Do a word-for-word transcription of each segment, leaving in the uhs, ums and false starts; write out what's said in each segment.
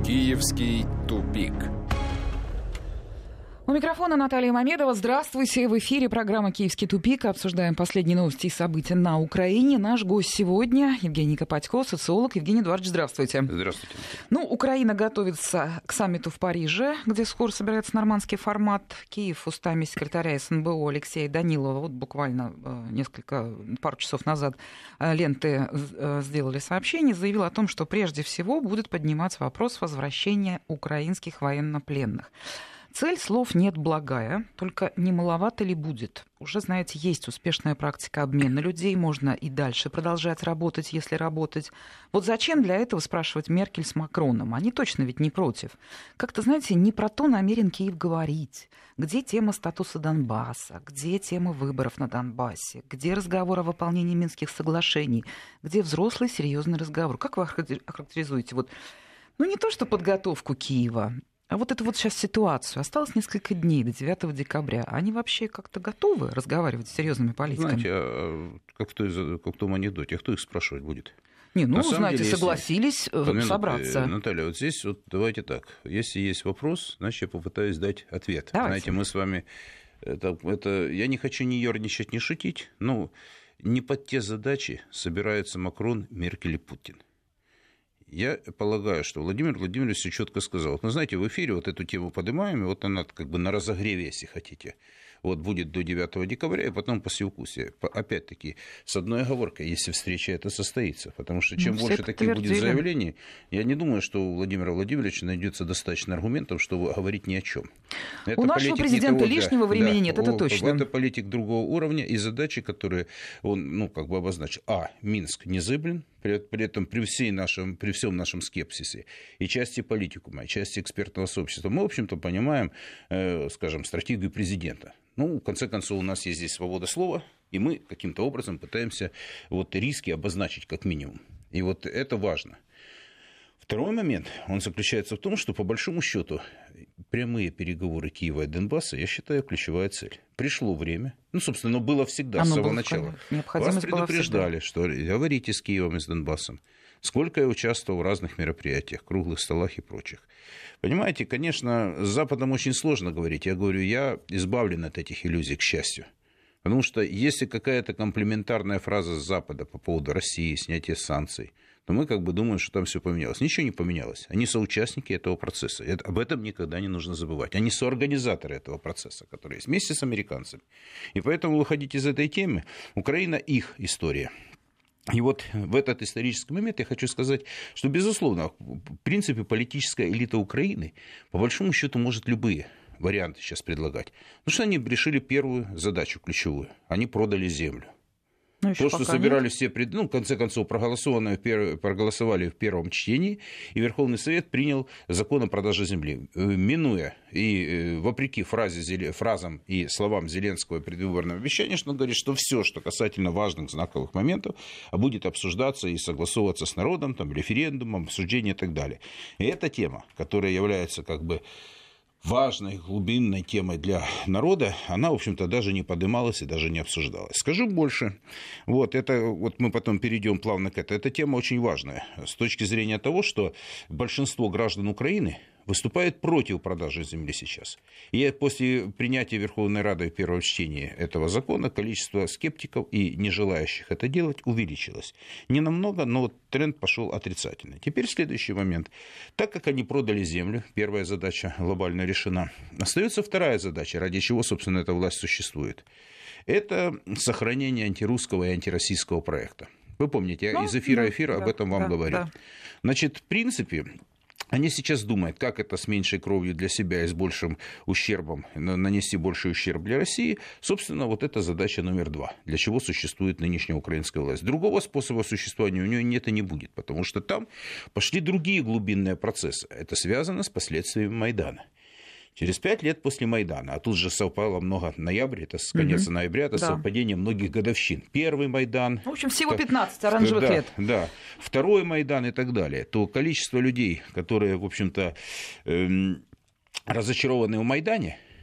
Киевский тупик. У микрофона Наталья Мамедова. Здравствуйте. В эфире программа «Киевский тупик». Обсуждаем последние новости и события на Украине. Наш гость сегодня Евгений Копатько, социолог. Евгений Эдуардович, здравствуйте. Здравствуйте. Ну, Украина готовится к саммиту в Париже, где скоро собирается нормандский формат. Киев устами секретаря СНБО Алексея Данилова, вот буквально несколько, пару часов назад ленты сделали сообщение, заявил о том, что прежде всего будет подниматься вопрос возвращения украинских военнопленных. Цель слов нет благая, только не маловато ли будет? Уже, знаете, есть успешная практика обмена людей, можно и дальше продолжать работать, если работать. Вот зачем для этого спрашивать Меркель с Макроном? Они точно ведь не против. Как-то, знаете, не про то намерен Киев говорить. Где тема статуса Донбасса? Где тема выборов на Донбассе? Где разговор о выполнении Минских соглашений? Где взрослый серьезный разговор? Как вы охарактеризуете? Вот, ну, не то, что подготовку Киева, а вот эту вот сейчас ситуацию. Осталось несколько дней до девятого декабря. Они вообще как-то готовы разговаривать с серьезными политиками? Знаете, а как в, той, как в том анекдоте, а кто их спрашивать будет? Не, ну, На знаете, деле, согласились если... собраться. Наталья, вот здесь вот давайте так. Если есть вопрос, значит, я попытаюсь дать ответ. Давайте. Знаете, мы с вами... Это, это... Я не хочу ни ерничать, ни шутить, но не под те задачи собираются Макрон, Меркель и Путин. Я полагаю, что Владимир Владимирович все четко сказал. Ну, знаете, в эфире вот эту тему поднимаем, и вот она как бы на разогреве, если хотите. Вот будет до девятого декабря, и потом послевкусие. Опять-таки, с одной оговоркой, если встреча эта состоится. Потому что чем ну, больше таких будет заявлений, я не думаю, что у Владимира Владимировича найдется достаточно аргументов, чтобы говорить ни о чем. Это у нашего президента того, лишнего да, времени да, нет, это о, точно. Это политик другого уровня, и задачи, которые он, ну, как бы обозначил. А, Минск незыблем, при, при этом при, всей нашем, при всем нашем скепсисе, и части политикума, и части экспертного сообщества, мы, в общем-то, понимаем, э, скажем, стратегию президента. Ну, в конце концов, у нас есть здесь свобода слова, и мы каким-то образом пытаемся вот риски обозначить как минимум. И вот это важно. Второй момент, он заключается в том, что, по большому счету, прямые переговоры Киева и Донбасса, я считаю, ключевая цель. Пришло время, ну, собственно, было всегда, Оно с самого начала. Вас предупреждали, что говорите с Киевом и с Донбассом. Сколько я участвовал в разных мероприятиях, круглых столах и прочих. Понимаете, конечно, с Западом очень сложно говорить. Я говорю, я избавлен от этих иллюзий, к счастью. Потому что если какая-то комплиментарная фраза с Запада по поводу России, снятия санкций, то мы как бы думаем, что там все поменялось. Ничего не поменялось. Они соучастники этого процесса. Это, об этом никогда не нужно забывать. Они соорганизаторы этого процесса, который есть, вместе с американцами. И поэтому выходить из этой темы. Украина их история. И вот в этот исторический момент я хочу сказать, что, безусловно, в принципе, политическая элита Украины, по большому счету, может любые варианты сейчас предлагать. Потому что они решили первую задачу ключевую. Они продали землю. Ну, то, что собирались все, ну, в конце концов, проголосовано, проголосовали в первом чтении, и Верховный Совет принял закон о продаже земли, минуя и вопреки фразе, фразам и словам Зеленского предвыборного обещания, что он говорит, что все, что касательно важных знаковых моментов, будет обсуждаться и согласовываться с народом, там, референдумом, обсуждением и так далее. И эта тема, которая является как бы важной, глубинной темой для народа, она, в общем-то, даже не поднималась и даже не обсуждалась. Скажу больше, вот, это, вот мы потом перейдем плавно к этому, эта тема очень важная с точки зрения того, что большинство граждан Украины выступает против продажи земли сейчас. И после принятия Верховной Радой первого чтения этого закона количество скептиков и не желающих это делать увеличилось. Не намного, но вот тренд пошел отрицательный. Теперь следующий момент. Так как они продали землю, первая задача глобально решена, остается вторая задача, ради чего, собственно, эта власть существует. Это сохранение антирусского и антироссийского проекта. Вы помните, я ну, из эфира в эфир да, об этом вам да, говорил. Да. Значит, в принципе, они сейчас думают, как это с меньшей кровью для себя и с большим ущербом, нанести больший ущерб для России. Собственно, вот это задача номер два, для чего существует нынешняя украинская власть. Другого способа существования у нее нет и не будет, потому что там пошли другие глубинные процессы. Это связано с последствиями Майдана. Через пять лет после Майдана, а тут же совпало много ноября, это с конца угу. ноября, это да. совпадение многих годовщин. Первый Майдан. В общем, всего пятнадцать оранжевых да, лет. Да, второй Майдан и так далее. То количество людей, которые, в общем-то, эм, разочарованы в Майдане,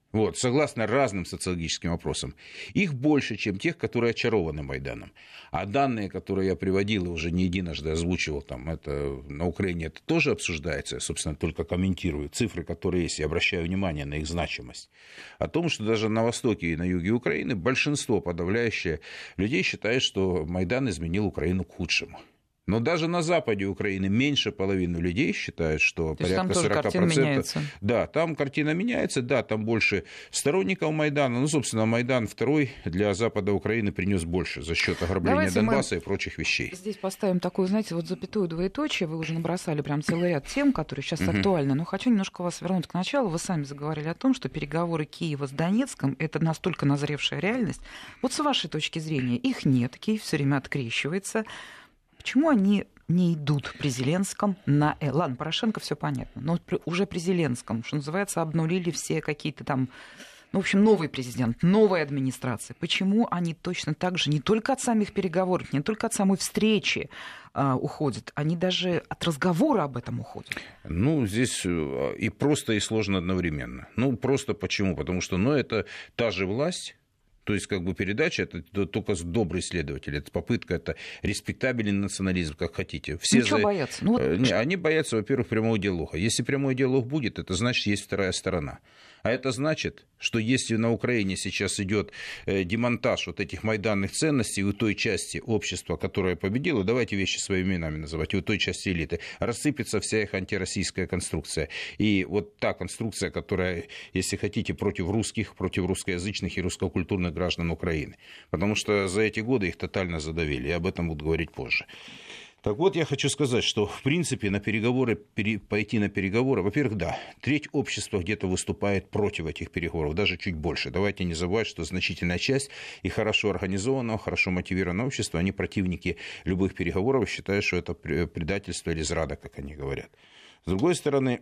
Вот, согласно разным социологическим опросам, их больше, чем тех, которые очарованы Майданом. А данные, которые я приводил и уже не единожды озвучивал, там, это, на Украине это тоже обсуждается, я, собственно, только комментирую цифры, которые есть, и обращаю внимание на их значимость. О том, что даже на востоке и на юге Украины большинство подавляющее людей считает, что Майдан изменил Украину к худшему. Но даже на западе Украины меньше половины людей считают, что то порядка сорок процентов... Да, там картина меняется, да, там больше сторонников Майдана. Ну, собственно, Майдан второй для запада Украины принес больше за счет ограбления Давайте Донбасса и прочих вещей. Здесь поставим такую, знаете, вот запятую двоеточие. Вы уже набросали прям целый ряд тем, которые сейчас угу. актуальны. Но хочу немножко вас вернуть к началу. Вы сами заговорили о том, что переговоры Киева с Донецком – это настолько назревшая реальность. Вот с вашей точки зрения, их нет. Киев все время открещивается. Почему они не идут при Зеленском на... Э, ладно, Порошенко, все понятно, но уже при Зеленском, что называется, обнулили все какие-то там... Ну, в общем, новый президент, новая администрация. Почему они точно так же не только от самих переговоров, не только от самой встречи э, уходят, они даже от разговора об этом уходят? Ну, здесь и просто, и сложно одновременно. Ну, просто почему? Потому что, ну, это та же власть. То есть, как бы, передача, это только добрый следователь, это попытка, это респектабельный национализм, как хотите. Все Ничего за... боятся? Ну, вот... Не, они боятся, во-первых, прямого диалога. Если прямой диалог будет, это значит, есть вторая сторона. А это значит, что если на Украине сейчас идет демонтаж вот этих майданных ценностей у той части общества, которая победила, давайте вещи своими именами называть, у той части элиты, рассыпется вся их антироссийская конструкция. И вот та конструкция, которая, если хотите, против русских, против русскоязычных и русскокультурных граждан Украины. Потому что за эти годы их тотально задавили, и об этом буду говорить позже. Так вот, я хочу сказать, что, в принципе, на переговоры, пере, пойти на переговоры, во-первых, да, треть общества где-то выступает против этих переговоров, даже чуть больше. Давайте не забывать, что значительная часть и хорошо организованного, хорошо мотивированного общества, они противники любых переговоров, считают, что это предательство или зрада, как они говорят. С другой стороны,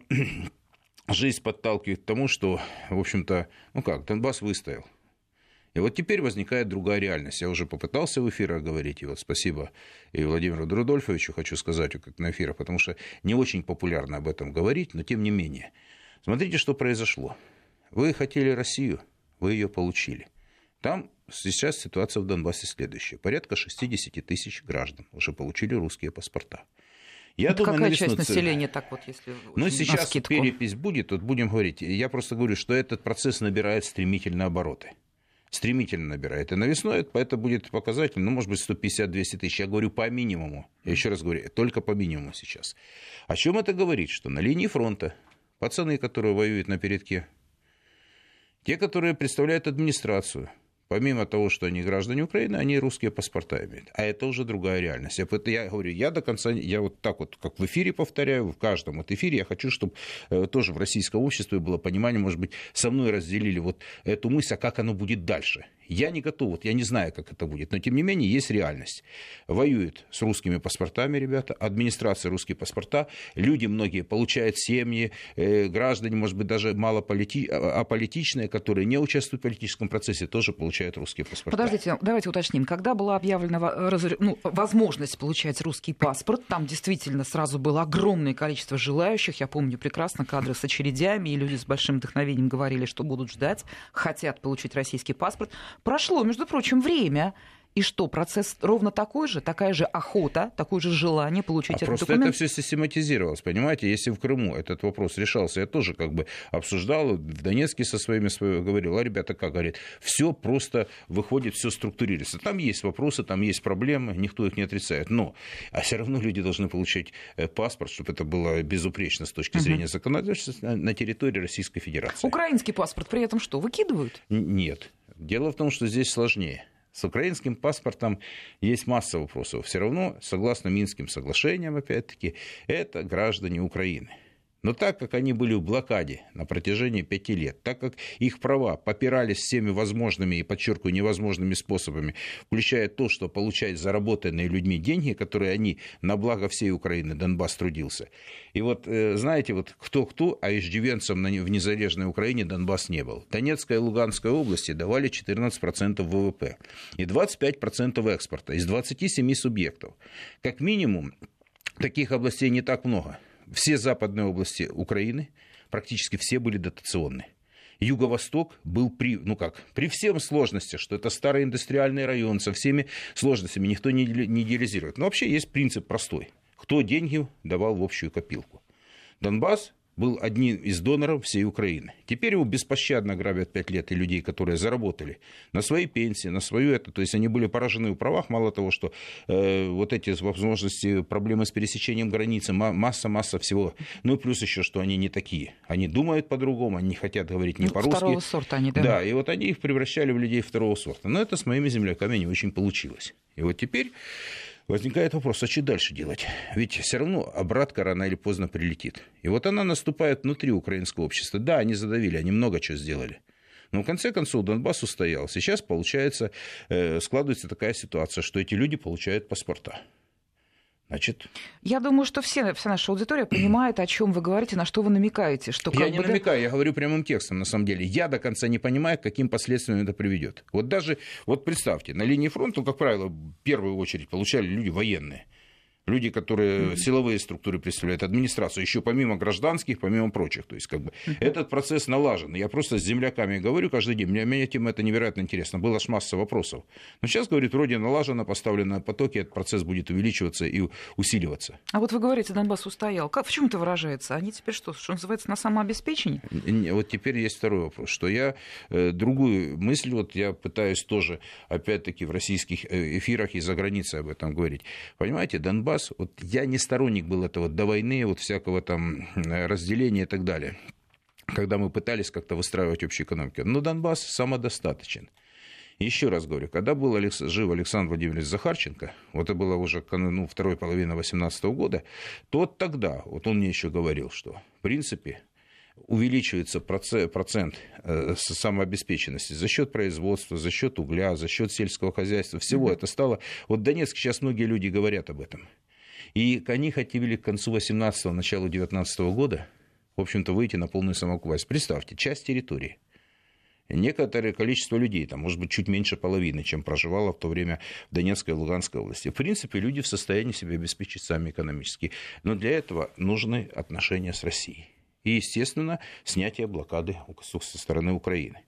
жизнь подталкивает к тому, что, в общем-то, ну как, Донбасс выстоял. И вот теперь возникает другая реальность. Я уже попытался в эфирах говорить, и вот спасибо и Владимиру Рудольфовичу хочу сказать, как на эфирах, потому что не очень популярно об этом говорить, но тем не менее. Смотрите, что произошло. Вы хотели Россию, вы ее получили. Там сейчас ситуация в Донбассе следующая. Порядка шестьдесят тысяч граждан уже получили русские паспорта. Я это думаю, какая часть навеснутся... населения так вот, если... Но сейчас перепись будет, вот будем говорить. Я просто говорю, что этот процесс набирает стремительно обороты. Стремительно набирает. И навесной это будет показатель, ну, может быть, сто пятьдесят - двести тысяч. Я говорю по минимуму. Я еще раз говорю, только по минимуму сейчас. О чем это говорит? Что на линии фронта пацаны, которые воюют на передке, те, которые представляют администрацию, помимо того, что они граждане Украины, они русские паспорта имеют. А это уже другая реальность. Я, я говорю, я до конца, я вот так вот, как в эфире повторяю, в каждом вот эфире я хочу, чтобы э, тоже в российском обществе было понимание, может быть, со мной разделили вот эту мысль, а как оно будет дальше. Я не готов, вот я не знаю, как это будет, но тем не менее есть реальность. Воюют с русскими паспортами ребята, администрация русские паспорта, люди многие получают семьи, э, граждане, может быть, даже мало полити... аполитичные, которые не участвуют в политическом процессе, тоже получают русские паспорта. Подождите, давайте уточним. Когда была объявлена ну, возможность получать русский паспорт, там действительно сразу было огромное количество желающих. Я помню прекрасно кадры с очередями, и люди с большим вдохновением говорили, что будут ждать, хотят получить российский паспорт. Прошло, между прочим, время. И что, процесс ровно такой же, такая же охота, такое же желание получить а этот просто документ? Это все систематизировалось, понимаете? Если в Крыму этот вопрос решался, я тоже как бы обсуждал, в Донецке со своими говорил, а ребята как, говорят, все просто выходит, все структурируется. Там есть вопросы, там есть проблемы, никто их не отрицает, но а все равно люди должны получить паспорт, чтобы это было безупречно с точки зрения угу. законодательства на территории Российской Федерации. Украинский паспорт при этом что, выкидывают? Нет. Дело в том, что здесь сложнее. С украинским паспортом есть масса вопросов. Все равно, согласно Минским соглашениям, опять-таки, это граждане Украины. Но так как они были в блокаде на протяжении пяти лет, так как их права попирались всеми возможными и, подчеркиваю, невозможными способами, включая то, что получают заработанные людьми деньги, которые они на благо всей Украины, Донбасс трудился. И вот, знаете, вот кто-кто, а иждивенцем в незалежной Украине Донбасс не был. Донецкая и Луганская области давали четырнадцать процентов вэ вэ пэ и двадцать пять процентов экспорта из двадцати семи субъектов. Как минимум, таких областей не так много. Все западные области Украины, практически все были дотационные. Юго-Восток был при, ну как, при всем сложностях, что это старый индустриальный район, со всеми сложностями, никто не, не идеализирует. Но вообще есть принцип простой. Кто деньги давал в общую копилку? Донбасс был одним из доноров всей Украины. Теперь его беспощадно грабят пять лет и людей, которые заработали на свои пенсии, на свою это. То есть они были поражены в правах. Мало того, что э, вот эти возможности, проблемы с пересечением границы, масса-масса всего. Ну и плюс еще, что они не такие. Они думают по-другому, они не хотят говорить не по-русски. Второго сорта они, да? Да, и вот они их превращали в людей второго сорта. Но это с моими земляками не очень получилось. И вот теперь возникает вопрос, а что дальше делать? Ведь все равно обратка рано или поздно прилетит. И вот она наступает внутри украинского общества. Да, они задавили, они много чего сделали. Но в конце концов Донбасс устоял. Сейчас, получается, складывается такая ситуация, что эти люди получают паспорта. Значит... Я думаю, что все, вся наша аудитория понимает, о чем вы говорите, на что вы намекаете. Что я как не бы, намекаю, да... я говорю прямым текстом, на самом деле. Я до конца не понимаю, к каким последствиям это приведет. Вот даже, вот представьте, на линии фронта, как правило, в первую очередь получали люди военные. Люди, которые mm-hmm. силовые структуры представляют, администрацию, еще помимо гражданских, помимо прочих. То есть, как бы, mm-hmm. этот процесс налажен. Я просто с земляками говорю каждый день, меня, меня тема это невероятно интересно. Было ж масса вопросов. Но сейчас, говорит, вроде налажено, поставлено потоки, этот процесс будет увеличиваться и усиливаться. А вот вы говорите, Донбасс устоял. Как, в чем это выражается? Они теперь что, что называется, на самообеспечении? Вот теперь есть второй вопрос, что я э, другую мысль, вот я пытаюсь тоже, опять-таки, в российских эфирах и за границей об этом говорить. Понимаете, Донбасс, вот я не сторонник был этого до войны, вот всякого там разделения и так далее, когда мы пытались как-то выстраивать общую экономику. Но Донбасс самодостаточен. Еще раз говорю, когда был Алекс... жив Александр Владимирович Захарченко, вот это было уже ну, второй половины восемнадцатого года, то вот тогда, вот он мне еще говорил, что в принципе увеличивается процент самообеспеченности за счет производства, за счет угля, за счет сельского хозяйства, всего mm-hmm. это стало... Вот в Донецке сейчас многие люди говорят об этом. И они хотели к концу восемнадцатого, началу девятнадцатого года, в общем-то, выйти на полную самоокупаемость. Представьте, часть территории. Некоторое количество людей, там, может быть, чуть меньше половины, чем проживало в то время в Донецкой и Луганской области. В принципе, люди в состоянии себя обеспечить сами экономически. Но для этого нужны отношения с Россией. И, естественно, снятие блокады со стороны Украины.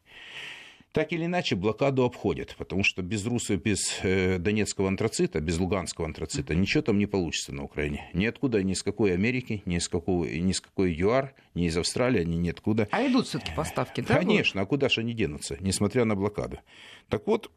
Так или иначе, блокаду обходят, потому что без Руси, без донецкого антрацита, без луганского антрацита ничего там не получится на Украине. Ниоткуда, ни с какой Америки, ни с какой, ни с какой ЮАР, ни из Австралии, ни ниоткуда. А идут все-таки поставки, да? Конечно, а куда же они денутся, несмотря на блокаду? Так вот,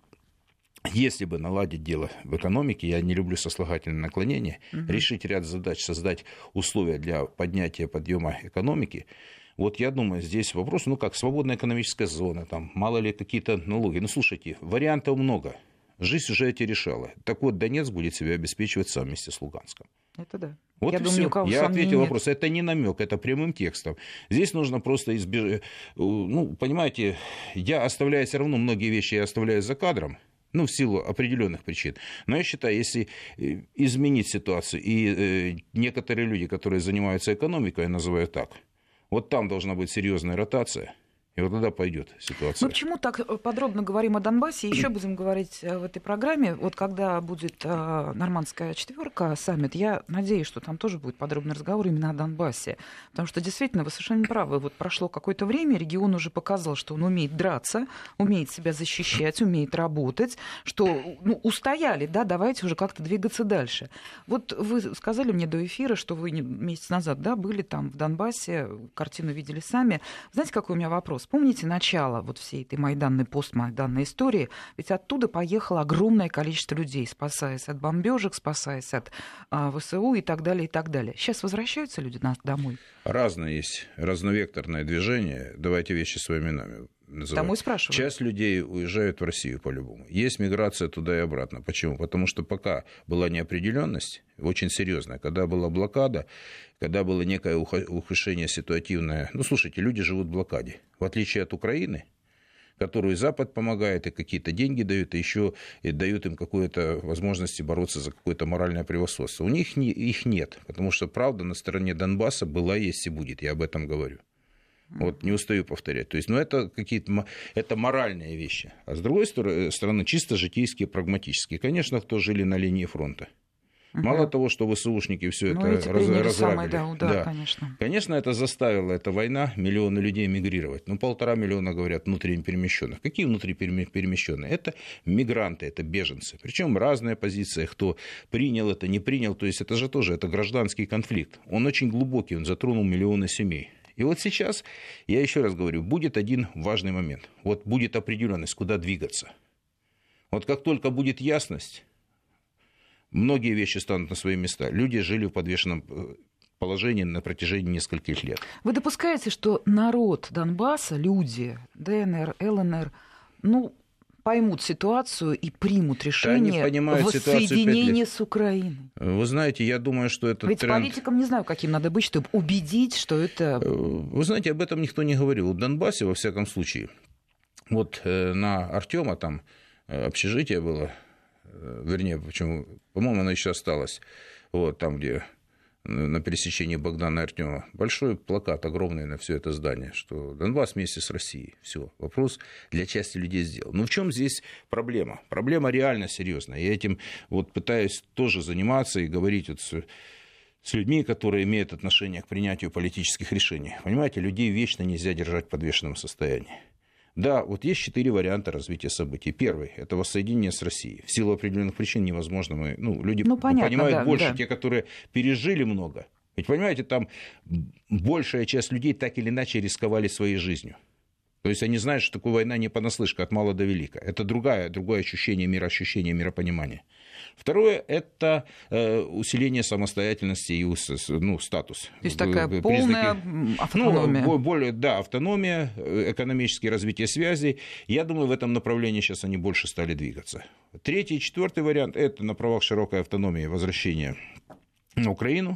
если бы наладить дело в экономике, я не люблю сослагательное наклонение, угу. решить ряд задач, создать условия для поднятия, подъема экономики, вот я думаю, здесь вопрос, ну как, свободная экономическая зона, там, мало ли какие-то налоги. Ну, слушайте, вариантов много. Жизнь уже эти решала. Так вот, Донецк будет себя обеспечивать сам вместе с Луганском. Это да. Вот я и думаю, всё. Я ответил на вопрос. Это не намек, это прямым текстом. Здесь нужно просто избежать... Ну, понимаете, я оставляю все равно многие вещи, я оставляю за кадром. Ну, в силу определенных причин. Но я считаю, если изменить ситуацию, и некоторые люди, которые занимаются экономикой, я называю так, вот там должна быть серьезная ротация, и вот тогда пойдет ситуация. Мы почему так подробно говорим о Донбассе? Еще будем говорить в этой программе. Вот когда будет нормандская четверка, саммит, я надеюсь, что там тоже будет подробный разговор именно о Донбассе. Потому что действительно, вы совершенно правы. Вот прошло какое-то время, регион уже показал, что он умеет драться, умеет себя защищать, умеет работать, что ну, устояли, да, давайте уже как-то двигаться дальше. Вот вы сказали мне до эфира, что вы месяц назад, да, были там в Донбассе, картину видели сами. Знаете, какой у меня вопрос? Помните начало вот всей этой майданной, постмайданной истории? Ведь оттуда поехало огромное количество людей, спасаясь от бомбежек, спасаясь от а, ВСУ и так далее, и так далее. Сейчас возвращаются люди домой? Разное есть, разновекторное движение. Давайте вещи своими именами называть. Тому и спрашиваю. Часть людей уезжают в Россию по-любому. Есть миграция туда и обратно. Почему? Потому что пока была неопределенность, очень серьезная, когда была блокада, когда было некое ухудшение ситуативное. Ну, слушайте, люди живут в блокаде. В отличие от Украины, которую Запад помогает, и какие-то деньги дают, и еще и дают им какую-то возможность бороться за какое-то моральное превосходство. У них не, их нет, потому что правда на стороне Донбасса была, есть и будет. Я об этом говорю. Вот, не устаю повторять. То есть, ну, это какие-то это моральные вещи. А с другой стороны, чисто житейские, прагматические. Конечно, кто жили на линии фронта. Угу. Мало того, что ВСУшники все ну, это раз, разграбили. Самый, да, удар, да. конечно. Конечно, это заставило, эта война, миллионы людей мигрировать. Ну, полтора миллиона, говорят, внутренне перемещенных. Какие внутри перемещенные? Это мигранты, это беженцы. Причем разная позиция, кто принял это, не принял. То есть это же тоже это гражданский конфликт. Он очень глубокий, он затронул миллионы семей. И вот сейчас, я еще раз говорю, будет один важный момент. Вот будет определенность, куда двигаться. Вот как только будет ясность, многие вещи станут на свои места. Люди жили в подвешенном положении на протяжении нескольких лет. Вы допускаете, что народ Донбасса, люди ДНР, ЛНР, ну, поймут ситуацию и примут решение воссоединения с Украиной? Вы знаете, я думаю, что это Ведь тренд... политикам не знаю, каким надо быть, чтобы убедить, что это... Вы знаете, об этом никто не говорил. В Донбассе, во всяком случае, вот на Артема там общежитие было, вернее, почему, по-моему, оно еще осталось, вот там, где на пересечении Богдана и Артема, большой плакат огромный на все это здание, что Донбасс вместе с Россией. Все, вопрос для части людей сделан. Но в чем здесь проблема? Проблема реально серьезная. Я этим вот пытаюсь тоже заниматься и говорить вот с, с людьми, которые имеют отношение к принятию политических решений. Понимаете, людей вечно нельзя держать в подвешенном состоянии. Да, вот есть четыре варианта развития событий. Первый – это воссоединение с Россией. В силу определенных причин невозможно. Мы, ну, люди ну, понятно, понимают да, больше, да. Те, которые пережили много. Ведь, понимаете, там большая часть людей так или иначе рисковали своей жизнью. То есть они знают, что такое война не понаслышке, от мала до велика. Это другое, другое ощущение мироощущение, миропонимание. Второе – это усиление самостоятельности и ну, статус. То есть такая признаки, полная автономия. Ну, более, да, автономия, экономические развитие связей. Я думаю, в этом направлении сейчас они больше стали двигаться. Третий и четвертый вариант – это на правах широкой автономии возвращение на Украину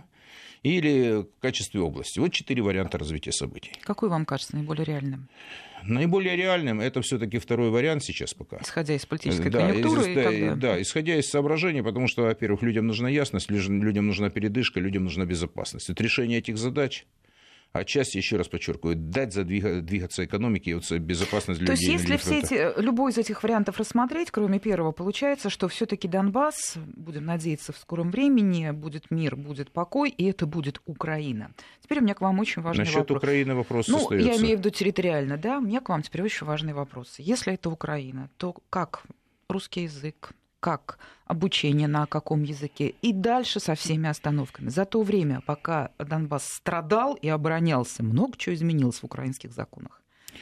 или в качестве области. Вот четыре варианта развития событий. Какой вам кажется наиболее реальным? Наиболее реальным это все-таки второй вариант сейчас пока. Исходя из политической да, конъюнктуры из, и да, так далее. Да, исходя из соображений, потому что, во-первых, людям нужна ясность, людям нужна передышка, людям нужна безопасность. Вот решение этих задач, отчасти, еще раз подчеркиваю, дать задвигаться экономике и вот безопасность для То людей. То есть, если все эти, любой из этих вариантов рассмотреть, кроме первого, получается, что все-таки Донбасс, будем надеяться, в скором времени будет мир, будет покой, и это будет Украина. Теперь у меня к вам очень важный Насчет вопрос. Насчет Украины вопрос ну, остается. Я имею в виду территориально, да? У меня к вам теперь очень важный вопрос. Если это Украина, то как русский язык, как обучение на каком языке, и дальше со всеми остановками. За то время, пока Донбасс страдал и оборонялся, много чего изменилось в украинских законах.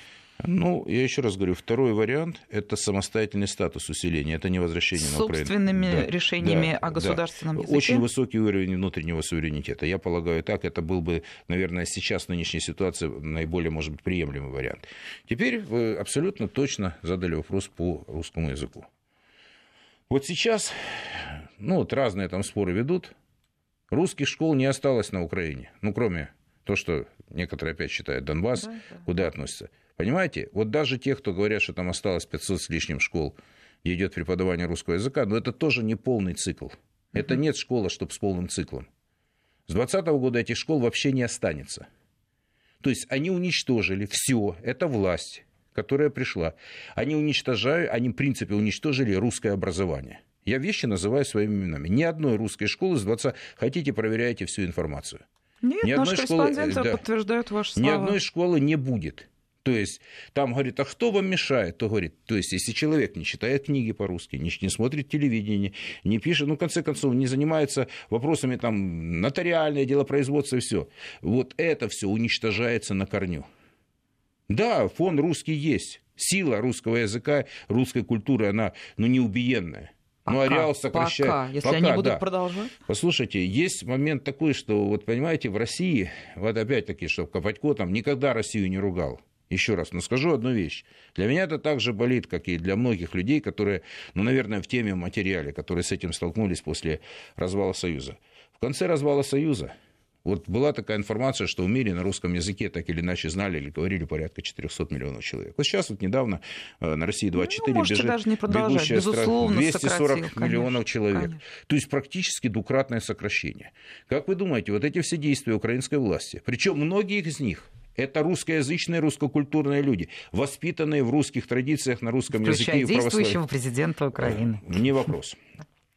Ну, я еще раз говорю, второй вариант – это самостоятельный статус усиления, это не возвращение на Украину. С собственными да, решениями да, о государственном да. языке? Очень высокий уровень внутреннего суверенитета. Я полагаю, так, это был бы, наверное, сейчас в нынешней ситуации наиболее, может быть, приемлемый вариант. Теперь вы абсолютно точно задали вопрос по русскому языку. Вот сейчас, ну, вот разные там споры ведут, русских школ не осталось на Украине, ну, кроме того, что некоторые опять считают Донбасс, да, да. Куда относятся. Понимаете, вот даже те, кто говорят, что там осталось пятьсот с лишним школ, где идет преподавание русского языка, но это тоже не полный цикл. Это нет школы, чтобы с полным циклом. С двадцатого года этих школ вообще не останется. То есть они уничтожили все, это власть, которая пришла. Они уничтожают, они в принципе уничтожили русское образование. Я вещи называю своими именами. Ни одной русской школы с двадцатого... Хотите, проверяйте всю информацию. Нет, Ни наши корреспонденты школы... подтверждают ваши слова. Ни одной школы не будет. То есть там говорит, а кто вам мешает? То говорит, то есть если человек не читает книги по-русски, не, не смотрит телевидение, не пишет, ну, в конце концов, не занимается вопросами там нотариальное делопроизводство и все. Вот это все уничтожается на корню. Да, фон русский есть. Сила русского языка, русской культуры, она ну, неубиенная. Пока, ну, ареал сокращает. Пока, если пока, они будут да. продолжать. Послушайте, есть момент такой, что, вот понимаете, в России, вот опять-таки, что Копатько там никогда Россию не ругал. Еще раз, но скажу одну вещь. Для меня это так же болит, как и для многих людей, которые, ну, наверное, в теме, в материале, которые с этим столкнулись после развала Союза. В конце развала Союза вот была такая информация, что в мире на русском языке так или иначе знали или говорили порядка четыреста миллионов человек. Вот сейчас вот недавно на России двадцать четыре ну, бежит даже не бегущая страна двести сорок миллионов человек. Конечно. То есть практически двукратное сокращение. Как вы думаете, вот эти все действия украинской власти, причем многие из них это русскоязычные, русскокультурные люди, воспитанные в русских традициях, на русском языке и в православии. Включая действующего президента Украины. Не вопрос.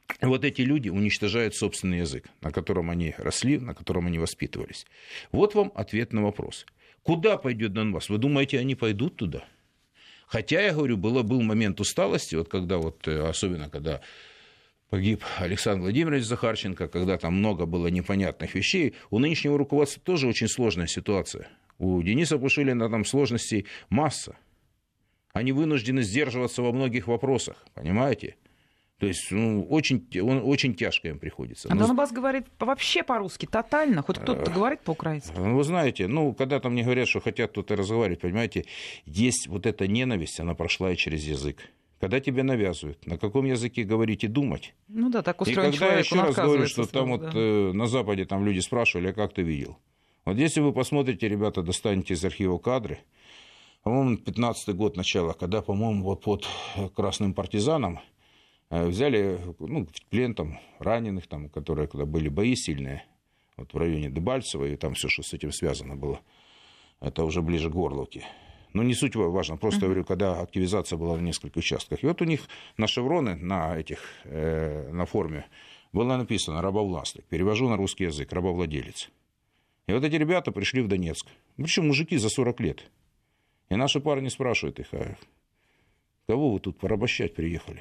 Вот эти люди уничтожают собственный язык, на котором они росли, на котором они воспитывались. Вот вам ответ на вопрос. Куда пойдет Донбасс? Вы думаете, они пойдут туда? Хотя, я говорю, было, был момент усталости, вот когда вот, особенно когда погиб Александр Владимирович Захарченко, когда там много было непонятных вещей, у нынешнего руководства тоже очень сложная ситуация. У Дениса Пушилина там сложностей масса. Они вынуждены сдерживаться во многих вопросах, понимаете? То есть ну, очень, он, очень тяжко им приходится. А Но... Донбасс говорит вообще по-русски, тотально? Хоть кто-то говорит по-украински? Вы знаете, ну, когда там мне говорят, что хотят кто-то разговаривать, понимаете, есть вот эта ненависть, она прошла и через язык. Когда тебе навязывают, на каком языке говорить и думать. Ну да, так устроен человек. И когда я еще раз говорю, что там да. вот э, на Западе там люди спрашивали, а как ты видел? Вот если вы посмотрите, ребята, достанете из архива кадры, по-моему, пятнадцатый год начала, когда, по-моему, вот под Красным партизаном взяли ну, в плен там, раненых, там, которые когда были бои сильные, вот в районе Дебальцево, и там все, что с этим связано было, это уже ближе к Горловке. Но не суть важно, просто uh-huh. говорю, когда активизация была в нескольких участках. И вот у них на шевроны, на этих, э, на форме было написано «рабовластник». Перевожу на русский язык «рабовладелец». И вот эти ребята пришли в Донецк. Причем мужики за сорок лет. И наши парни спрашивают их, а кого вы тут порабощать приехали?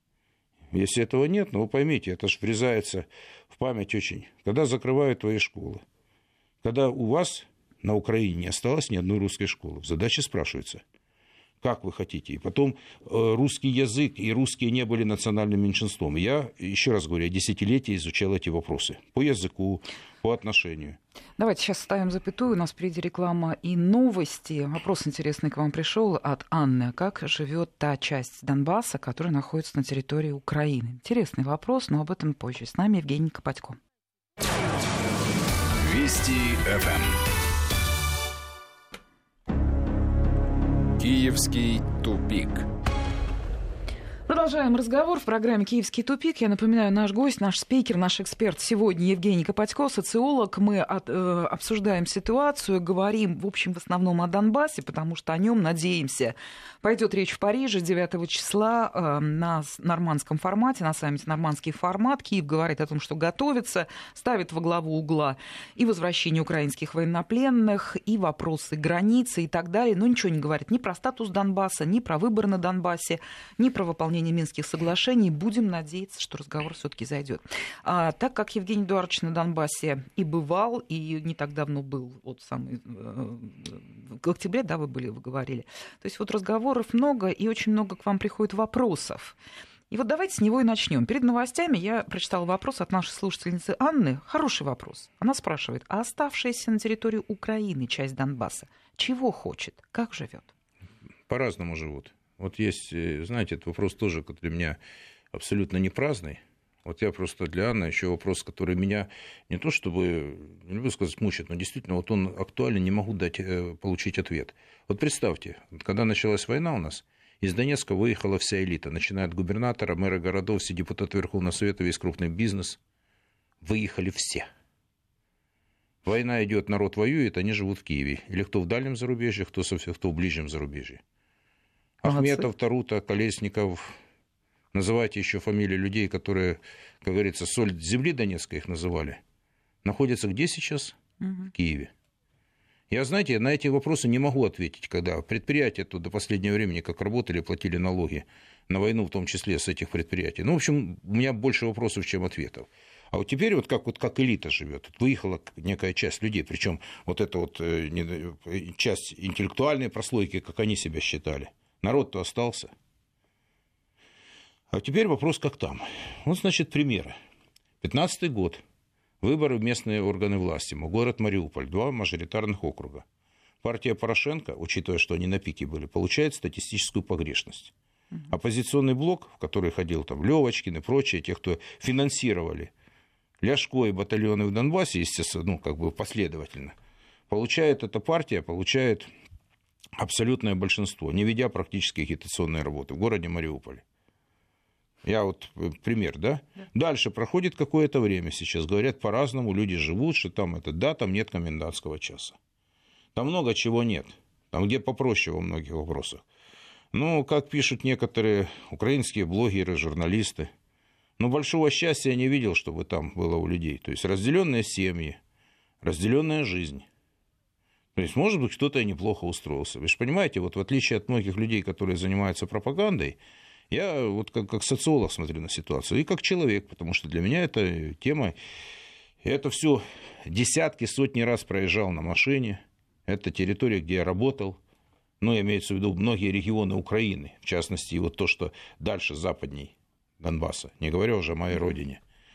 Если этого нет, ну вы поймите, это же врезается в память очень. Когда закрывают твои школы, когда у вас на Украине не осталось ни одной русской школы, в задаче спрашивается, как вы хотите. И потом русский язык и русские не были национальным меньшинством. Я, еще раз говорю, я десятилетия изучал эти вопросы по языку, по отношению. Давайте сейчас ставим запятую. У нас впереди реклама и новости. Вопрос интересный к вам пришел от Анны. Как живет та часть Донбасса, которая находится на территории Украины? Интересный вопрос, но об этом позже. С нами Евгений Копатько. Вести эф эм. Киевский тупик. Продолжаем разговор в программе «Киевский тупик». Я напоминаю, наш гость, наш спикер, наш эксперт сегодня Евгений Копатько, социолог. Мы от, э, обсуждаем ситуацию, говорим, в общем, в основном о Донбассе, потому что о нем, надеемся, пойдет речь в Париже девятого числа э, на нормандском формате, на саммите «Нормандский формат». Киев говорит о том, что готовится, ставит во главу угла и возвращение украинских военнопленных, и вопросы границы и так далее. Но ничего не говорит ни про статус Донбасса, ни про выборы на Донбассе, ни про выполнение Минских соглашений. Будем надеяться, что разговор все-таки зайдет. А, так как Евгений Эдуардович на Донбассе и бывал, и не так давно был, вот самый, э, в октябре, да, вы были, вы говорили. То есть вот разговоров много, и очень много к вам приходит вопросов. И вот давайте с него и начнем. Перед новостями я прочитала вопрос от нашей слушательницы Анны. Хороший вопрос. Она спрашивает, а оставшаяся на территории Украины часть Донбасса чего хочет, как живет? По-разному живут. Вот есть, знаете, этот вопрос тоже для меня абсолютно не праздный. Вот я просто для Анны еще вопрос, который меня не то чтобы, не люблю сказать, мучает, но действительно вот он актуален, не могу дать, получить ответ. Вот представьте, когда началась война у нас, из Донецка выехала вся элита, начиная от губернатора, мэра городов, все депутаты Верховного Совета, весь крупный бизнес. Выехали все. Война идет, народ воюет, они живут в Киеве. Или кто в дальнем зарубежье, кто, кто в ближнем зарубежье. Ахметов, Тарута, Колесников, называйте еще фамилии людей, которые, как говорится, соль земли Донецкой их называли, находятся где сейчас? Угу. В Киеве. Я, знаете, на эти вопросы не могу ответить, когда предприятия тут до последнего времени как работали, платили налоги на войну, в том числе с этих предприятий. Ну, в общем, у меня больше вопросов, чем ответов. А вот теперь вот как, вот как элита живет, выехала некая часть людей, причем вот эта вот часть интеллектуальной прослойки, как они себя считали. Народ-то остался. А теперь вопрос, как там. Вот, значит, примеры. пятнадцатый год. Выборы в местные органы власти. Город Мариуполь. Два мажоритарных округа. Партия Порошенко, учитывая, что они на пике были, получает статистическую погрешность. Угу. Оппозиционный блок, в который ходил там Левочкин и прочие, те, кто финансировали Ляшко и батальоны в Донбассе, естественно, ну, как бы последовательно, получает эта партия, получает абсолютное большинство, не ведя практически агитационной работы в городе Мариуполе. Я вот пример, да? да? Дальше проходит какое-то время сейчас, говорят, по-разному люди живут, что там это, да, там нет комендантского часа. Там много чего нет, там где попроще во многих вопросах. Ну, как пишут некоторые украинские блогеры, журналисты, Но большого счастья я не видел, чтобы там было у людей. То есть разделенные семьи, разделенная жизнь. То есть, может быть, кто-то и неплохо устроился. Вы же понимаете, вот в отличие от многих людей, которые занимаются пропагандой, я вот как, как социолог смотрю на ситуацию и как человек, потому что для меня эта тема, это все десятки, сотни раз проезжал на машине. Это территория, где я работал. Ну, имеется в виду многие регионы Украины, в частности, вот то, что дальше, западней Донбасса, не говоря уже о моей родине.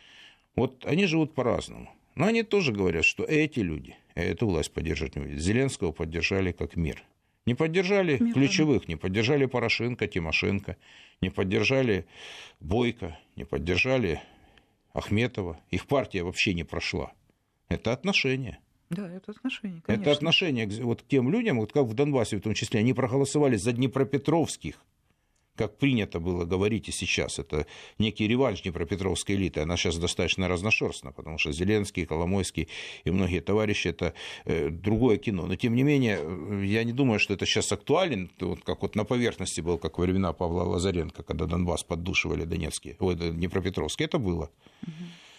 Вот они живут по-разному. Но они тоже говорят, что эти люди, эту власть поддержать не будут. Зеленского поддержали как мир. Не поддержали мир, ключевых, да. Не поддержали Порошенко, Тимошенко, не поддержали Бойко, не поддержали Ахметова. Их партия вообще не прошла. Это отношения. Да, это отношения, конечно. Это отношения вот к тем людям, вот как в Донбассе в том числе, они проголосовали за днепропетровских, как принято было говорить и сейчас. Это некий реванш днепропетровской элиты. Она сейчас достаточно разношерстна, потому что Зеленский, Коломойский и многие товарищи – это э, другое кино. Но, тем не менее, я не думаю, что это сейчас актуален, вот как вот на поверхности был, как во времена Павла Лазаренко, когда Донбасс поддушивали Донецкий, ой, Днепропетровский. Это было. Угу.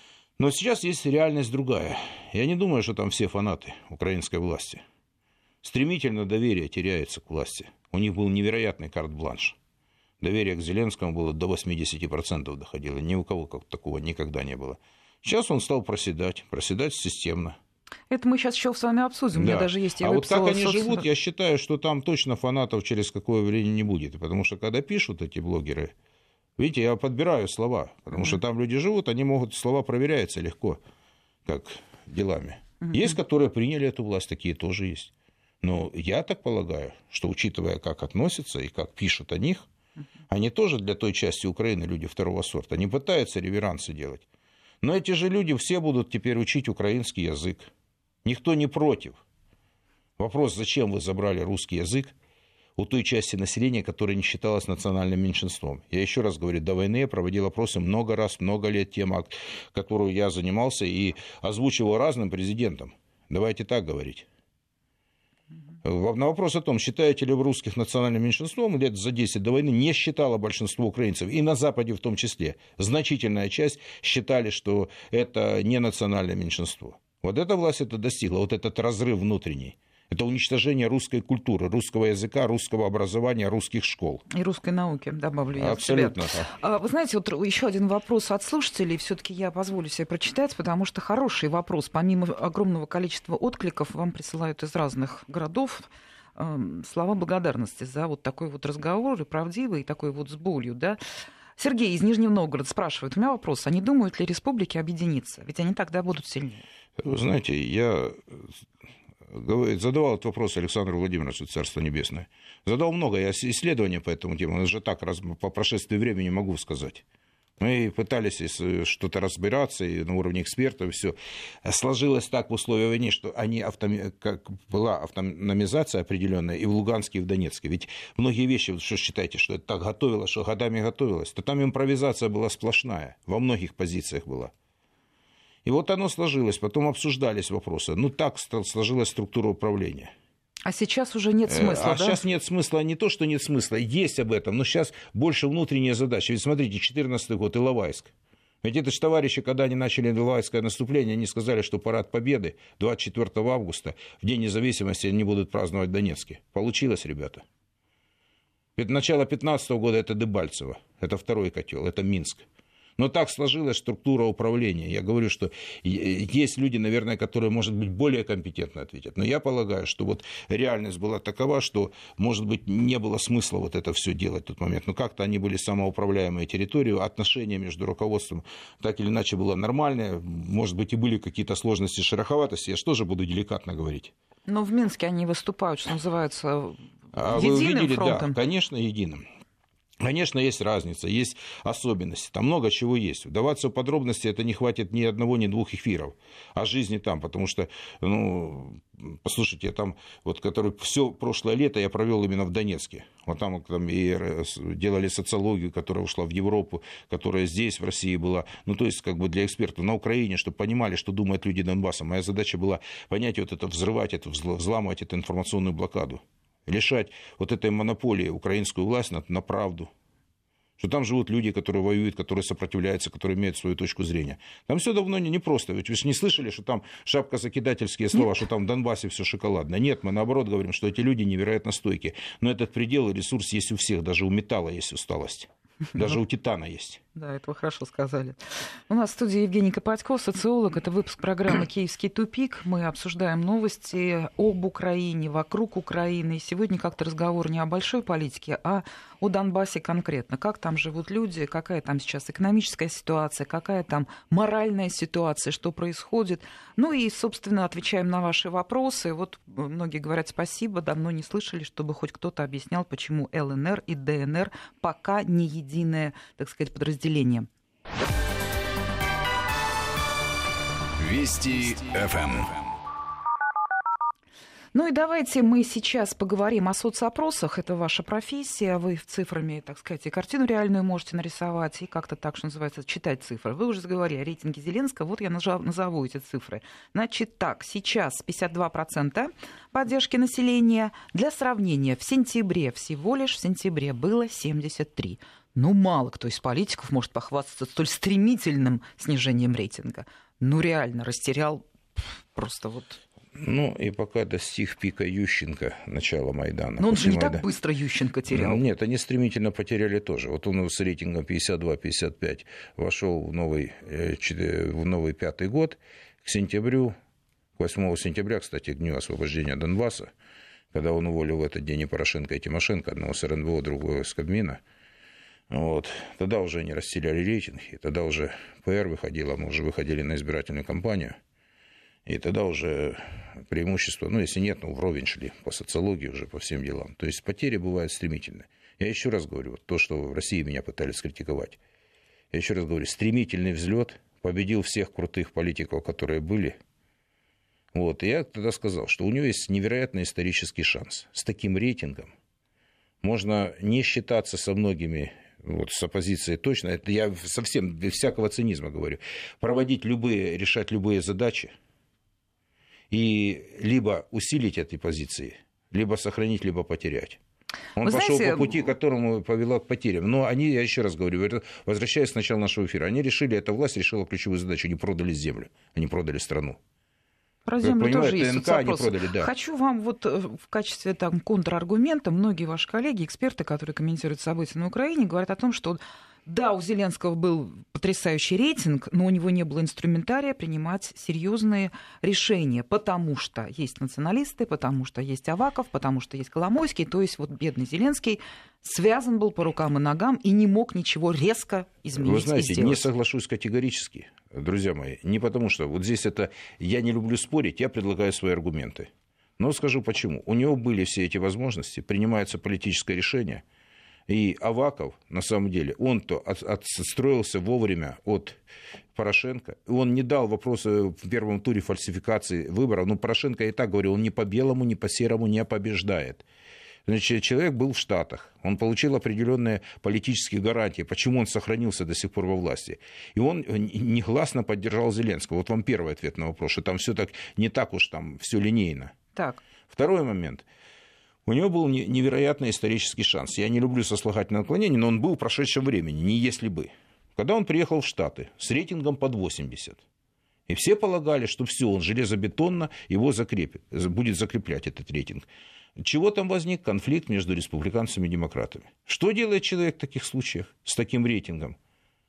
Но сейчас есть реальность другая. Я не думаю, что там все фанаты украинской власти. Стремительно доверие теряется к власти. У них был невероятный карт-бланш. Доверие к Зеленскому было до восемьдесят процентов доходило. Ни у кого такого никогда не было. Сейчас он стал проседать, проседать системно. Это мы сейчас еще с вами обсудим. Да. У меня даже есть... А вот как они соц... живут, я считаю, что там точно фанатов через какое время не будет. Потому что когда пишут эти блогеры, видите, я подбираю слова. Потому mm-hmm. что там люди живут, они могут, слова проверяются легко, как делами. Mm-hmm. Есть, которые приняли эту власть, такие тоже есть. Но я так полагаю, что учитывая, как относятся и как пишут о них, они тоже для той части Украины люди второго сорта. Они пытаются реверансы делать. Но эти же люди все будут теперь учить украинский язык. Никто не против. Вопрос, зачем вы забрали русский язык у той части населения, которая не считалась национальным меньшинством. Я еще раз говорю, до войны я проводил опросы много раз, много лет, тема, которую я занимался и озвучивал разным президентам. Давайте так говорить. На вопрос о том, считаете ли вы русских национальным меньшинством, лет за десять до войны не считало большинство украинцев, и на Западе в том числе. Значительная часть считали, что это не национальное меньшинство. Вот эта власть это достигла, вот этот разрыв внутренний. Это уничтожение русской культуры, русского языка, русского образования, русских школ. И русской науки, добавлю я. Абсолютно так. Вы знаете, вот еще один вопрос от слушателей, все-таки я позволю себе прочитать, потому что хороший вопрос. Помимо огромного количества откликов, вам присылают из разных городов слова благодарности за вот такой вот разговор, и правдивый, и такой вот с болью, да. Сергей из Нижнего Новгорода спрашивает, у меня вопрос, а не думают ли республики объединиться? Ведь они тогда будут сильнее. Вы знаете, я... задавал этот вопрос Александру Владимировичу, Царство Небесное. Задал много, я исследований по этому теме, даже так раз, по прошествии времени могу сказать. Мы пытались что-то разбираться и на уровне экспертов, и все. Сложилось так в условиях войны, что они автоми... как была автономизация определенная и в Луганске, и в Донецке. Ведь многие вещи, вот что считаете, что это так готовилось, что годами готовилось, то там импровизация была сплошная, во многих позициях была. И вот оно сложилось, потом обсуждались вопросы. Ну, так сложилась структура управления. А сейчас уже нет смысла, а да? Сейчас нет смысла, не то, что нет смысла, есть об этом, но сейчас больше внутренняя задача. Ведь смотрите, четырнадцатый год, Иловайск. Ведь это же товарищи, когда они начали Иловайское наступление, они сказали, что парад Победы двадцать четвёртого августа, в День независимости, они будут праздновать в Донецке. Получилось, ребята. Ведь начало пятнадцатого года это Дебальцево, это второй котел, это Минск. Но так сложилась структура управления. Я говорю, что есть люди, наверное, которые, может быть, более компетентно ответят. Но я полагаю, что вот реальность была такова, что, может быть, не было смысла вот это все делать в тот момент. Но как-то они были самоуправляемые территории, отношения между руководством так или иначе было нормальное. Может быть, и были какие-то сложности, шероховатости. Я же тоже буду деликатно говорить. Но в Минске они выступают, что называется, а единым вы увидели, фронтом. Да, конечно, единым. Конечно, есть разница, есть особенности, там много чего есть. Вдаваться в подробности, это не хватит ни одного, ни двух эфиров о жизни там, потому что, ну, послушайте, я там, вот, который все прошлое лето я провел именно в Донецке. Вот там, там и делали социологию, которая ушла в Европу, которая здесь, в России была. Ну, то есть, как бы для экспертов на Украине, чтобы понимали, что думают люди Донбасса. Моя задача была понять вот это, взрывать это, взламывать эту информационную блокаду. Лишать вот этой монополии украинскую власть на, на правду. что там живут люди, которые воюют, которые сопротивляются, которые имеют свою точку зрения. Там все давно не, не просто. Ведь вы же не слышали, что там шапкозакидательские слова, что там в Донбассе все шоколадно. Нет, мы наоборот говорим, что эти люди невероятно стойкие. Но этот предел и ресурс есть у всех, даже у металла есть усталость. Даже у титана есть. Да, это вы хорошо сказали. У нас в студии Евгений Копатько, социолог. Это выпуск программы «Киевский тупик». Мы обсуждаем новости об Украине, вокруг Украины. И сегодня как-то разговор не о большой политике, а о Донбассе конкретно. Как там живут люди, какая там сейчас экономическая ситуация, какая там моральная ситуация, что происходит. Ну и, собственно, отвечаем на ваши вопросы. Вот многие говорят спасибо, давно не слышали, чтобы хоть кто-то объяснял, почему ЛНР и ДНР пока не единое, так сказать, подразделение. Вести эф эм. Ну и давайте мы сейчас поговорим о соцопросах. Это ваша профессия. Вы цифрами, так сказать, и картину реальную можете нарисовать, и как-то так, что называется, читать цифры. Вы уже заговорили о рейтинге Зеленского. Вот я назову эти цифры. Значит так, сейчас пятьдесят два процента поддержки населения. Для сравнения, в сентябре, всего лишь в сентябре было семьдесят три процента. Ну, мало кто из политиков может похвастаться столь стремительным снижением рейтинга. Ну, реально, растерял просто вот... Ну, и пока достиг пика Ющенко, начала Майдана. Но он же не Майдана. Так быстро Ющенко терял. Нет, они стремительно потеряли тоже. Вот он с рейтингом пятьдесят два - пятьдесят пять вошел в новый, в новый пятый год. К сентябрю, к восьмому сентября, кстати, к дню освобождения Донбасса, когда он уволил в этот день и Порошенко, и Тимошенко, одного с эр эн бэ о, другого с Кабмина, вот, тогда уже они растеряли рейтинг, и тогда уже пэ эр выходило, мы уже выходили на избирательную кампанию. И тогда уже преимущество, ну, если нет, ну, вровень шли по социологии уже, по всем делам. То есть потери бывают стремительные. Я еще раз говорю, вот то, что в России меня пытались критиковать. Я еще раз говорю, стремительный взлет победил всех крутых политиков, которые были. Вот, и я тогда сказал, что у него есть невероятный исторический шанс. С таким рейтингом можно не считаться со многими... Вот с оппозицией точно, это я совсем без всякого цинизма говорю, проводить любые, решать любые задачи и либо усилить эти позиции, либо сохранить, либо потерять. Он Вы пошел знаете... по пути, которому повела к потерям. Но они, я еще раз говорю, возвращаясь к началу нашего эфира, они решили, эта власть решила ключевую задачу, они продали землю, они продали страну. Про землю тоже есть соцопрос. Продали, да. Хочу вам вот в качестве там, контраргумента, многие ваши коллеги, эксперты, которые комментируют события на Украине, говорят о том, что да, у Зеленского был потрясающий рейтинг, но у него не было инструментария принимать серьезные решения, потому что есть националисты, потому что есть Аваков, потому что есть Коломойский, то есть вот бедный Зеленский связан был по рукам и ногам и не мог ничего резко изменить. Вы знаете, и сделать. Не соглашусь категорически, друзья мои, не потому что вот здесь это, я не люблю спорить, я предлагаю свои аргументы. Но скажу почему. У него были все эти возможности, принимается политическое решение. И Аваков, на самом деле, он-то отстроился вовремя от Порошенко. Он не дал вопросы в первом туре фальсификации выборов. Но Порошенко и так говорил, он ни по белому, ни по серому не побеждает. Значит, человек был в Штатах, он получил определенные политические гарантии, почему он сохранился до сих пор во власти. И он негласно поддержал Зеленского. Вот вам первый ответ на вопрос, что там все так не так уж там все линейно. Так. Второй момент. У него был невероятный исторический шанс. Я не люблю сослагательное наклонение, но он был в прошедшем времени, не если бы. Когда он приехал в Штаты с рейтингом под восемьдесят. И все полагали, что все, он железобетонно его закрепит, будет закреплять этот рейтинг. Чего там возник? Конфликт между республиканцами и демократами. Что делает человек в таких случаях с таким рейтингом?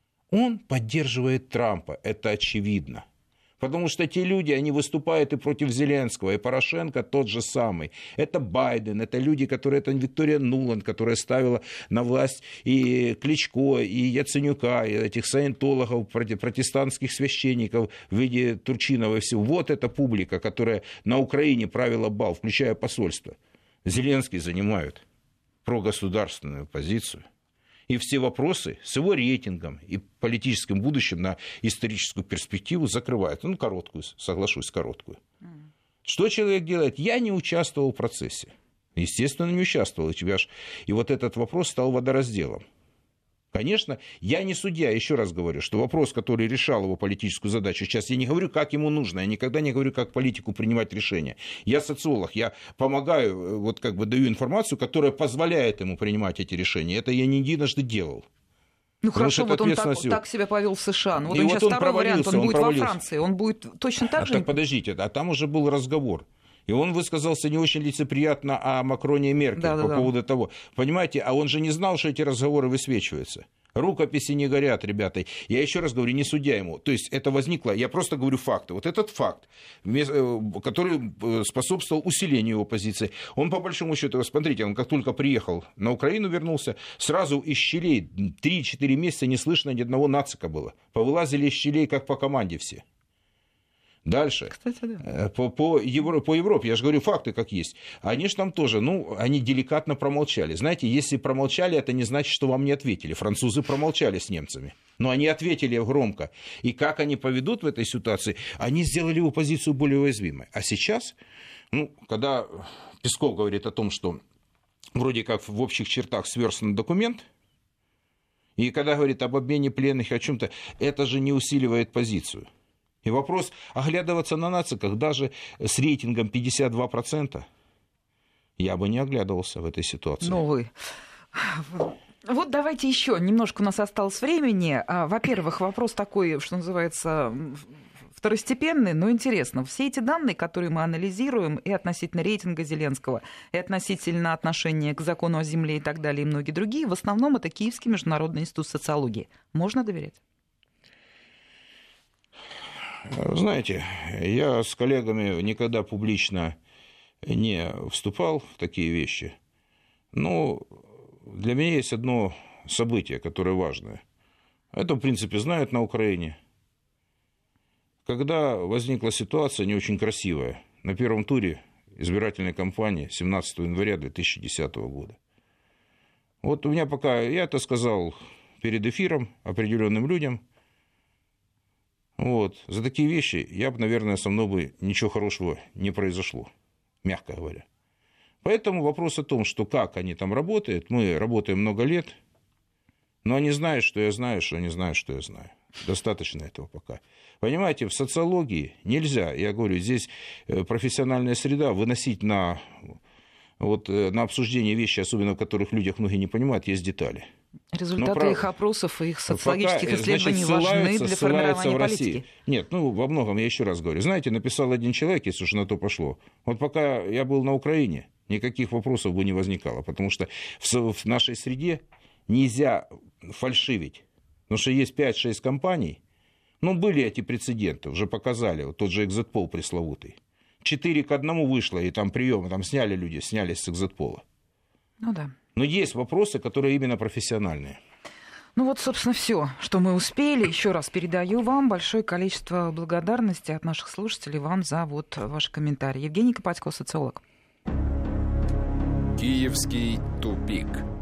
Он поддерживает Трампа, это очевидно. Потому что те люди, они выступают и против Зеленского, и Порошенко тот же самый. Это Байден, это люди, которые... Это Виктория Нуланд, которая ставила на власть и Кличко, и Яценюка, и этих саентологов, протестантских священников в виде Турчинова и всего. Вот эта публика, которая на Украине правила бал, включая посольство. Зеленский занимает прогосударственную позицию. И все вопросы с его рейтингом и политическим будущим на историческую перспективу закрывают. Ну, короткую, соглашусь, короткую. Mm. Что человек делает? Я не участвовал в процессе. Естественно, не участвовал. И вот этот вопрос стал водоразделом. Конечно, я не судья, еще раз говорю, что вопрос, который решал его политическую задачу, сейчас я не говорю, как ему нужно, я никогда не говорю, как политику принимать решения. Я социолог, я помогаю, вот как бы даю информацию, которая позволяет ему принимать эти решения. Это я не единожды делал. Ну хорошо, вот он так, так себя повел в США. Ну, вот и он вот сейчас он второй вариант, он, он будет провалился. во Франции, он будет точно так а же... Так подождите, а там уже был разговор. И он высказался не очень лицеприятно о Макроне и Меркель да, по да, поводу да. того. Понимаете, а он же не знал, что эти разговоры высвечиваются. Рукописи не горят, ребята. Я еще раз говорю, не судя ему. То есть это возникло, я просто говорю факты. Вот этот факт, который способствовал усилению его позиции, он по большому счету, смотрите, он как только приехал на Украину, вернулся, сразу из щелей три-четыре месяца не слышно ни одного нацика было. Повылазили из щелей, как по команде все. Дальше, Кстати, да. по, по, Евро, по Европе, я же говорю, факты как есть. Они же там тоже, ну, они деликатно промолчали. Знаете, если промолчали, это не значит, что вам не ответили. Французы промолчали с немцами, но они ответили громко. И как они поведут в этой ситуации, они сделали его позицию более уязвимой. А сейчас, ну, когда Песков говорит о том, что вроде как в общих чертах сверстан документ, и когда говорит об обмене пленных, о чем-то, это же не усиливает позицию. И вопрос оглядываться на нациках даже с рейтингом пятьдесят два процента, я бы не оглядывался в этой ситуации. Ну вы... Вот давайте еще, немножко у нас осталось времени. Во-первых, вопрос такой, что называется, второстепенный, но интересно. Все эти данные, которые мы анализируем, и относительно рейтинга Зеленского, и относительно отношения к закону о земле и так далее, и многие другие, в основном это Киевский международный институт социологии. Можно доверять? Знаете, я с коллегами никогда публично не вступал в такие вещи, но для меня есть одно событие, которое важное. Это, в принципе, знают на Украине. Когда возникла ситуация не очень красивая на первом туре избирательной кампании семнадцатого января две тысячи десятого года. Вот у меня пока, я это сказал перед эфиром определенным людям, вот, за такие вещи я бы, наверное, со мной бы ничего хорошего не произошло, мягко говоря. Поэтому вопрос о том, что как они там работают, мы работаем много лет, но они знают, что я знаю, что они знают, что я знаю. Достаточно этого пока. Понимаете, в социологии нельзя, я говорю, здесь профессиональная среда, выносить на, вот, на обсуждение вещи, особенно в которых людях многие не понимают, есть детали. Результаты Но, их опросов и их социологических пока, исследований значит, важны для формирования политики. Нет, ну, во многом, я еще раз говорю. Знаете, написал один человек, если уж на то пошло. Вот пока я был на Украине, никаких вопросов бы не возникало, потому что в, в нашей среде нельзя фальшивить. Потому что есть пять-шесть компаний, ну, были эти прецеденты, уже показали, вот тот же Экзитпол пресловутый. Четыре к одному вышло, и там приемы, там сняли люди, снялись с Экзитпола. Ну да. Но есть вопросы, которые именно профессиональные. Ну вот, собственно, все, что мы успели. Еще раз передаю вам большое количество благодарности от наших слушателей вам за вот ваши комментарии. Евгений Копатько, социолог. Киевский тупик.